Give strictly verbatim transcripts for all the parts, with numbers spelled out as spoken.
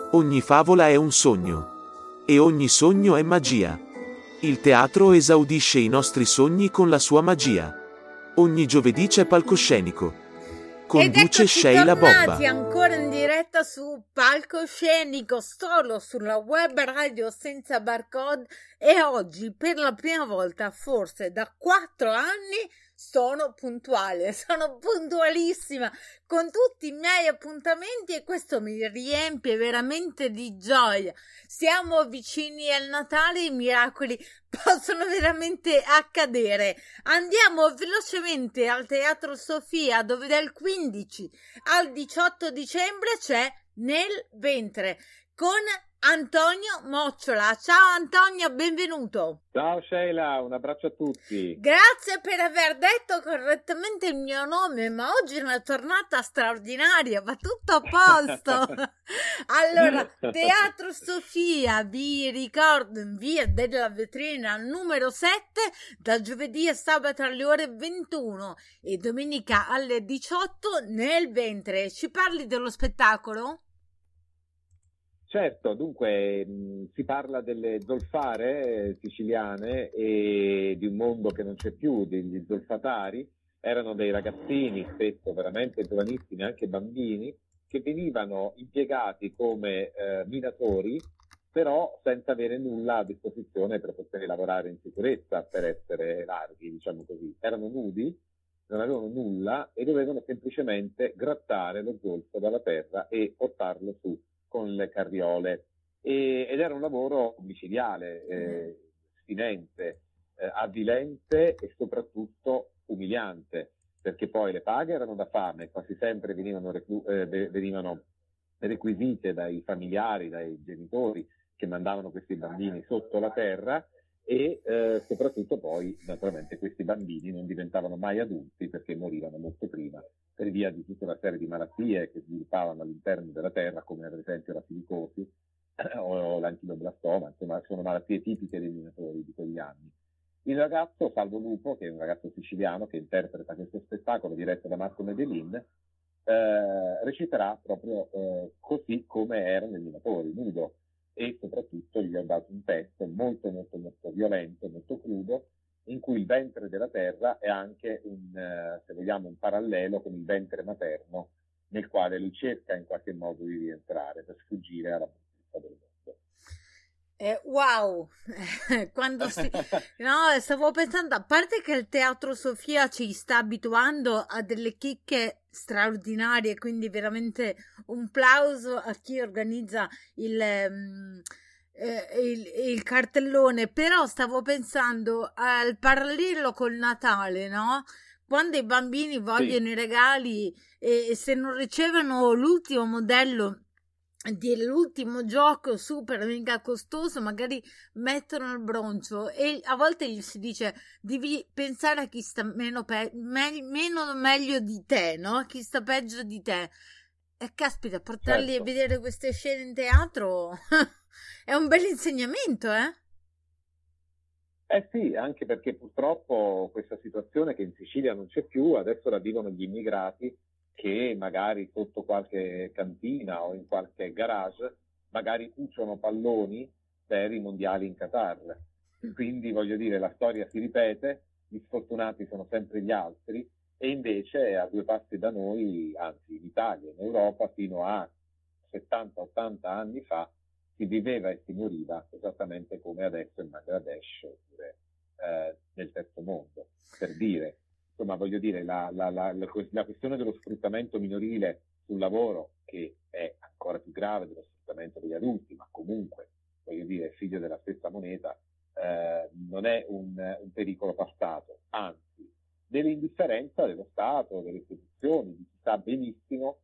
Ogni favola è un sogno. E ogni sogno è magia. Il teatro esaudisce i nostri sogni con la sua magia. Ogni giovedì c'è palcoscenico. Ed Conduce eccoci Sheila tornati Bobba. ancora in diretta su Palcoscenico, solo sulla web radio senza barcode, e oggi per la prima volta, forse da quattro anni, sono puntuale, sono puntualissima con tutti i miei appuntamenti e questo mi riempie veramente di gioia. Siamo vicini al Natale, i miracoli possono veramente accadere. Andiamo velocemente al Teatro Sofia, dove dal quindici al diciotto dicembre c'è Nel ventre con Antonio Mocciola. Ciao Antonio, benvenuto. Ciao Sheila, un abbraccio a tutti. Grazie per aver detto correttamente il mio nome, ma oggi è una giornata straordinaria, va tutto a posto. Allora, Teatro Sofia, vi ricordo, in via della Vetrina numero sette, da giovedì e sabato alle ore ventuno e domenica alle diciotto, Nel ventre. Ci parli dello spettacolo? Certo, dunque mh, si parla delle zolfare eh, siciliane e di un mondo che non c'è più, degli zolfatari. Erano dei ragazzini, spesso veramente giovanissimi, anche bambini, che venivano impiegati come eh, minatori, però senza avere nulla a disposizione per poter lavorare in sicurezza, per essere larghi, diciamo così. Erano nudi, non avevano nulla e dovevano semplicemente grattare lo zolfo dalla terra e portarlo su con le carriole, e, ed era un lavoro micidiale, eh, sfinente, eh, avvilente e soprattutto umiliante, perché poi le paghe erano da fame, quasi sempre venivano, reclu- eh, venivano requisite dai familiari, dai genitori che mandavano questi bambini sotto la terra, e eh, soprattutto poi naturalmente questi bambini non diventavano mai adulti perché morivano molto prima per via di tutta una serie di malattie che sviluppavano all'interno della terra, come ad esempio la silicosi eh, o l'anchiloblastoma. Insomma, sono malattie tipiche dei minatori di quegli anni. Il ragazzo Salvo Lupo, che è un ragazzo siciliano che interpreta questo spettacolo diretto da Marco Medellin, eh, reciterà proprio eh, così come era nel Minatori, nudo, e soprattutto gli ho dato un testo molto molto molto violento, molto crudo, in cui il ventre della terra è anche un, eh, se vogliamo, un parallelo con il ventre materno, nel quale lui cerca in qualche modo di rientrare per sfuggire alla bruttezza del mondo. Eh, wow, quando si... no, stavo pensando, a parte che il Teatro Sofia ci sta abituando a delle chicche straordinarie, quindi veramente un plauso a chi organizza il, um, eh, il, il cartellone, però stavo pensando al parallelo col Natale, no? Quando i bambini vogliono sì. i regali e, e se non ricevono l'ultimo modello dell'ultimo gioco super mega costoso, magari mettono il broncio, e a volte gli si dice devi pensare a chi sta meno, pe- me- meno meglio di te, no? Chi sta peggio di te. E caspita, portarli certo. a vedere queste scene in teatro è un bel insegnamento, eh? Eh sì, anche perché purtroppo questa situazione che in Sicilia non c'è più, adesso la vivono gli immigrati che magari sotto qualche cantina o in qualche garage magari cuciono palloni per i mondiali in Qatar. Quindi voglio dire, la storia si ripete, gli sfortunati sono sempre gli altri, e invece a due passi da noi, anzi in Italia, in Europa, fino a settanta ottanta anni fa si viveva e si moriva esattamente come adesso in Bangladesh oppure eh, nel terzo mondo, per dire. Insomma, voglio dire, la, la, la, la questione dello sfruttamento minorile sul lavoro, che è ancora più grave dello sfruttamento degli adulti, ma comunque, voglio dire, è figlio della stessa moneta, eh, non è un, un pericolo passato, anzi, dell'indifferenza dello Stato, delle istituzioni, di chi sa benissimo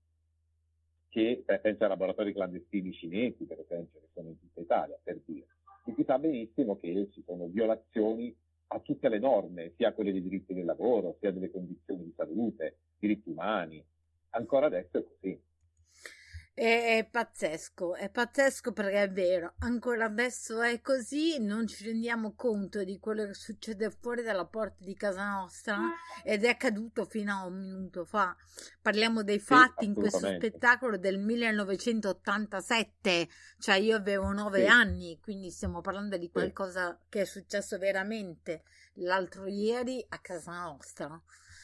che, pensa ai laboratori clandestini cinesi, per esempio, che sono in tutta Italia, per dire, di chi sa benissimo che ci sono violazioni a tutte le norme, sia quelle dei diritti del lavoro, sia delle condizioni di salute, diritti umani. Ancora adesso è così. È, è pazzesco, è pazzesco perché è vero, ancora adesso è così, non ci rendiamo conto di quello che succede fuori dalla porta di casa nostra ed è accaduto fino a un minuto fa. Parliamo dei fatti Sì, in questo assolutamente. spettacolo del millenovecentottantasette, cioè io avevo nove Sì. anni, quindi stiamo parlando di Sì. qualcosa che è successo veramente l'altro ieri a casa nostra.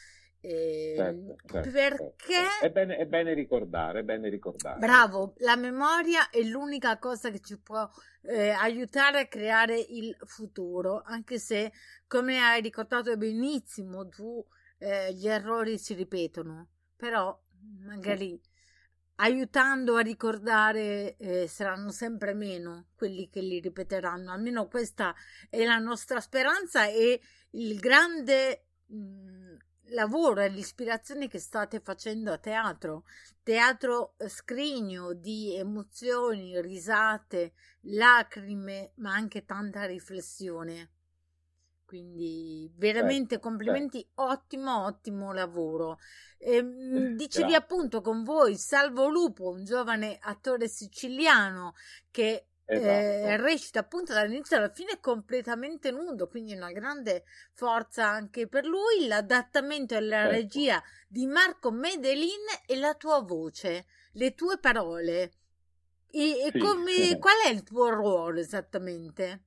E Certo, certo, perché certo. È bene, è bene ricordare, è bene ricordare. bravo, la memoria è l'unica cosa che ci può eh, aiutare a creare il futuro, anche se, come hai ricordato benissimo tu, eh, gli errori si ripetono, però magari aiutando a ricordare eh, saranno sempre meno quelli che li ripeteranno. Almeno questa è la nostra speranza e il grande mh, lavoro e l'ispirazione che state facendo a teatro. Teatro scrigno di emozioni, risate, lacrime, ma anche tanta riflessione. Quindi veramente Certo, complimenti, certo. ottimo, ottimo lavoro. E, mh, dicevi Grazie. appunto con voi Salvo Lupo, un giovane attore siciliano che eh, Esatto. recita appunto dall'inizio alla fine completamente nudo, quindi una grande forza anche per lui. L'adattamento e la Certo. regia di Marco Medellin e la tua voce, le tue parole. E, e Sì. come, qual è il tuo ruolo esattamente?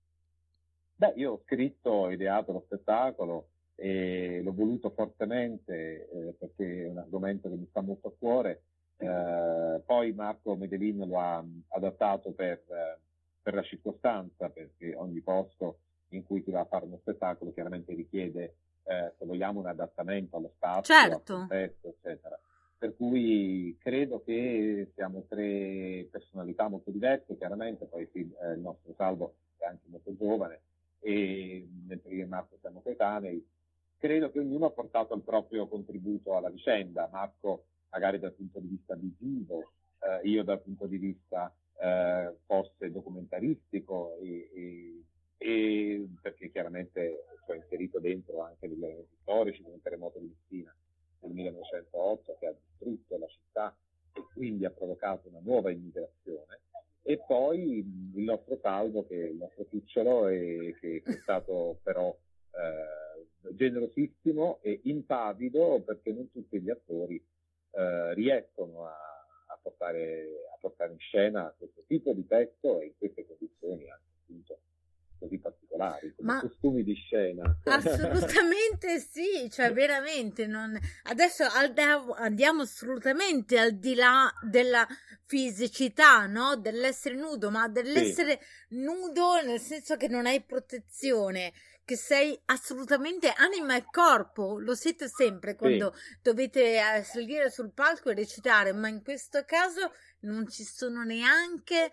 Beh, io ho scritto, ideato lo spettacolo e l'ho voluto fortemente eh, perché è un argomento che mi sta molto a cuore. Eh, poi Marco Medellin lo ha adattato per, eh, per la circostanza, perché ogni posto in cui si va a fare uno spettacolo chiaramente richiede, eh, se vogliamo, un adattamento allo spazio, Certo. al contesto, eccetera. Per cui credo che siamo tre personalità molto diverse, chiaramente, poi sì, eh, il nostro Salvo è anche molto giovane, e mentre io e Marco siamo coetanei, credo che ognuno ha portato il proprio contributo alla vicenda. Marco magari dal punto di vista visivo, eh, io dal punto di vista eh, forse documentaristico e, e, e perché chiaramente ho inserito dentro anche degli eventi storici come il terremoto di Messina nel millenovecentootto che ha distrutto la città e quindi ha provocato una nuova immigrazione. E poi il nostro Salvo, che è il nostro cucciolo, e che, che è stato però eh, generosissimo e impavido, perché non tutti gli attori eh, riescono a, a, portare, a portare in scena questo tipo di testo e in queste condizioni anche appunto così particolari, come Ma costumi di scena. assolutamente sì, cioè veramente non... adesso andiamo assolutamente al di là della fisicità, no? Dell'essere nudo, ma dell'essere sì. nudo nel senso che non hai protezione, che sei assolutamente anima e corpo, lo siete sempre quando sì. dovete salire sul palco e recitare, ma in questo caso non ci sono neanche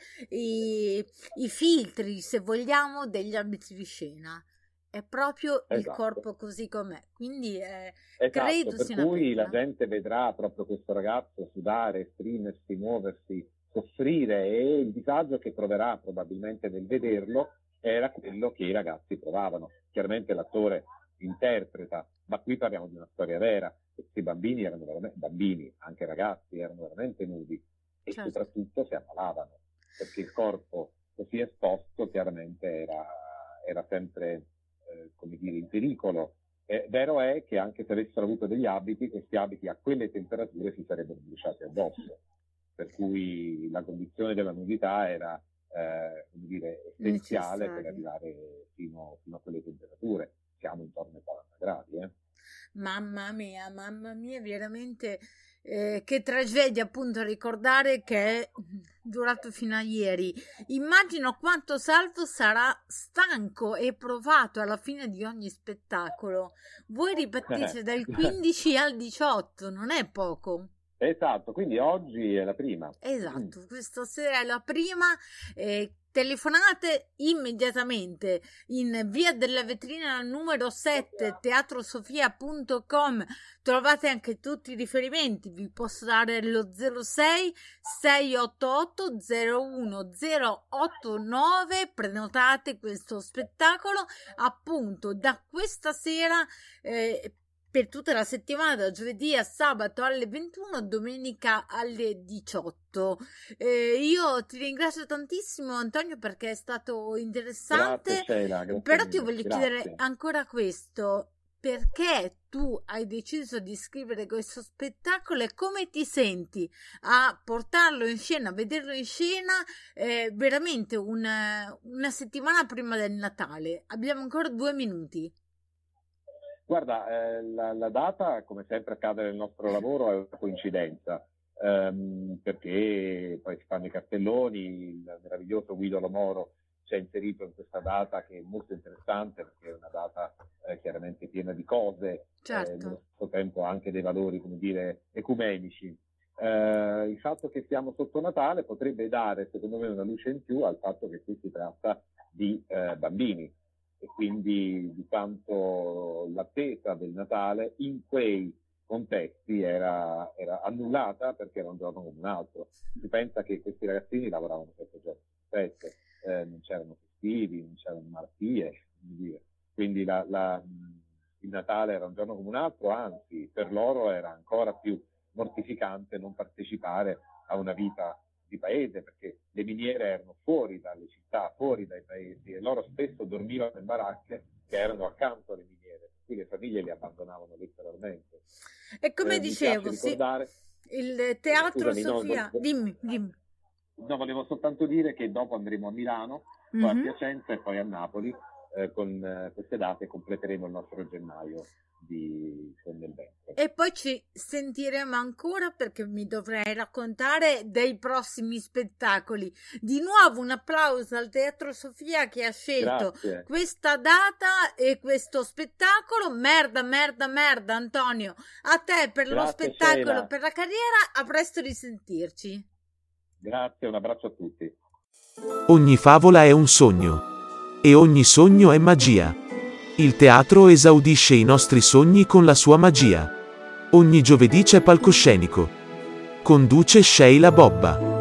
i, i filtri, se vogliamo, degli abiti di scena. È proprio esatto. il corpo così com'è. Quindi eh, esatto, credo per sia cui una la gente vedrà proprio questo ragazzo sudare, esprimersi, muoversi, soffrire, e il disagio che proverà probabilmente nel vederlo era quello che i ragazzi provavano. Chiaramente l'attore interpreta, ma qui parliamo di una storia vera. Questi bambini erano veramente bambini, anche ragazzi, erano veramente nudi. E certo. soprattutto si ammalavano, perché il corpo così esposto chiaramente era, era sempre, eh, come dire, in pericolo. Eh, vero è che anche se avessero avuto degli abiti, questi abiti a quelle temperature si sarebbero bruciati addosso, per cui la condizione della nudità era, eh, come dire, essenziale per arrivare fino, fino a quelle temperature. Siamo intorno ai quaranta gradi, eh. Mamma mia, mamma mia, veramente eh, che tragedia appunto ricordare che è durato fino a ieri. Immagino quanto Salvo sarà stanco e provato alla fine di ogni spettacolo. Voi ripetite dal quindici al diciotto, non è poco. Esatto, quindi oggi è la prima. Esatto, questa sera è la prima. Eh, telefonate immediatamente in via della vetrina numero sette, teatrosofia punto com. Trovate anche tutti i riferimenti. Vi posso dare lo zero sei sei otto otto zero uno zero otto nove. Prenotate questo spettacolo appunto da questa sera. Eh, per tutta la settimana, da giovedì a sabato alle ventuno, domenica alle diciotto. Eh, io ti ringrazio tantissimo, Antonio, perché è stato interessante. Grazie, Sheila, grazie Però mille, ti voglio grazie. chiedere ancora questo: perché tu hai deciso di scrivere questo spettacolo e come ti senti a portarlo in scena, a vederlo in scena eh, veramente una, una settimana prima del Natale? Abbiamo ancora due minuti. Guarda, eh, la, la data, come sempre accade nel nostro lavoro, è una coincidenza, ehm, perché poi si fanno i cartelloni, il meraviglioso Guido Lomoro ci ha inserito in questa data che è molto interessante, perché è una data eh, chiaramente piena di cose, Certo. eh, nello stesso tempo anche dei valori, come dire, ecumenici. Eh, il fatto che siamo sotto Natale potrebbe dare, secondo me, una luce in più al fatto che qui si tratta di eh, bambini, e quindi di quanto l'attesa del Natale in quei contesti era, era annullata perché era un giorno come un altro. Si pensa che questi ragazzini lavoravano sette giorni su sette, eh, non c'erano festivi, non c'erano malattie, quindi la, la, il Natale era un giorno come un altro, anzi per loro era ancora più mortificante non partecipare a una vita di paese, perché le miniere erano fuori dalle città, fuori dai paesi, e loro spesso dormivano in baracche che erano accanto alle miniere, quindi le famiglie li abbandonavano letteralmente. E come eh, dicevo, sì, il Teatro Scusami, Sofia, no, dimmi, dimmi. No, volevo soltanto dire che dopo andremo a Milano, poi mm-hmm. a Piacenza e poi a Napoli, eh, con eh, queste date completeremo il nostro gennaio di Con del Vento. E poi ci sentiremo ancora, perché mi dovrai raccontare dei prossimi spettacoli. Di nuovo un applauso al Teatro Sofia che ha scelto Grazie. questa data e questo spettacolo. Merda, merda, merda, Antonio. A te per Grazie, lo spettacolo, Sheila. per la carriera. A presto risentirci. Grazie, un abbraccio a tutti. Ogni favola è un sogno. E ogni sogno è magia. Il teatro esaudisce i nostri sogni con la sua magia. Ogni giovedì c'è palcoscenico. Conduce Sheila Bobba.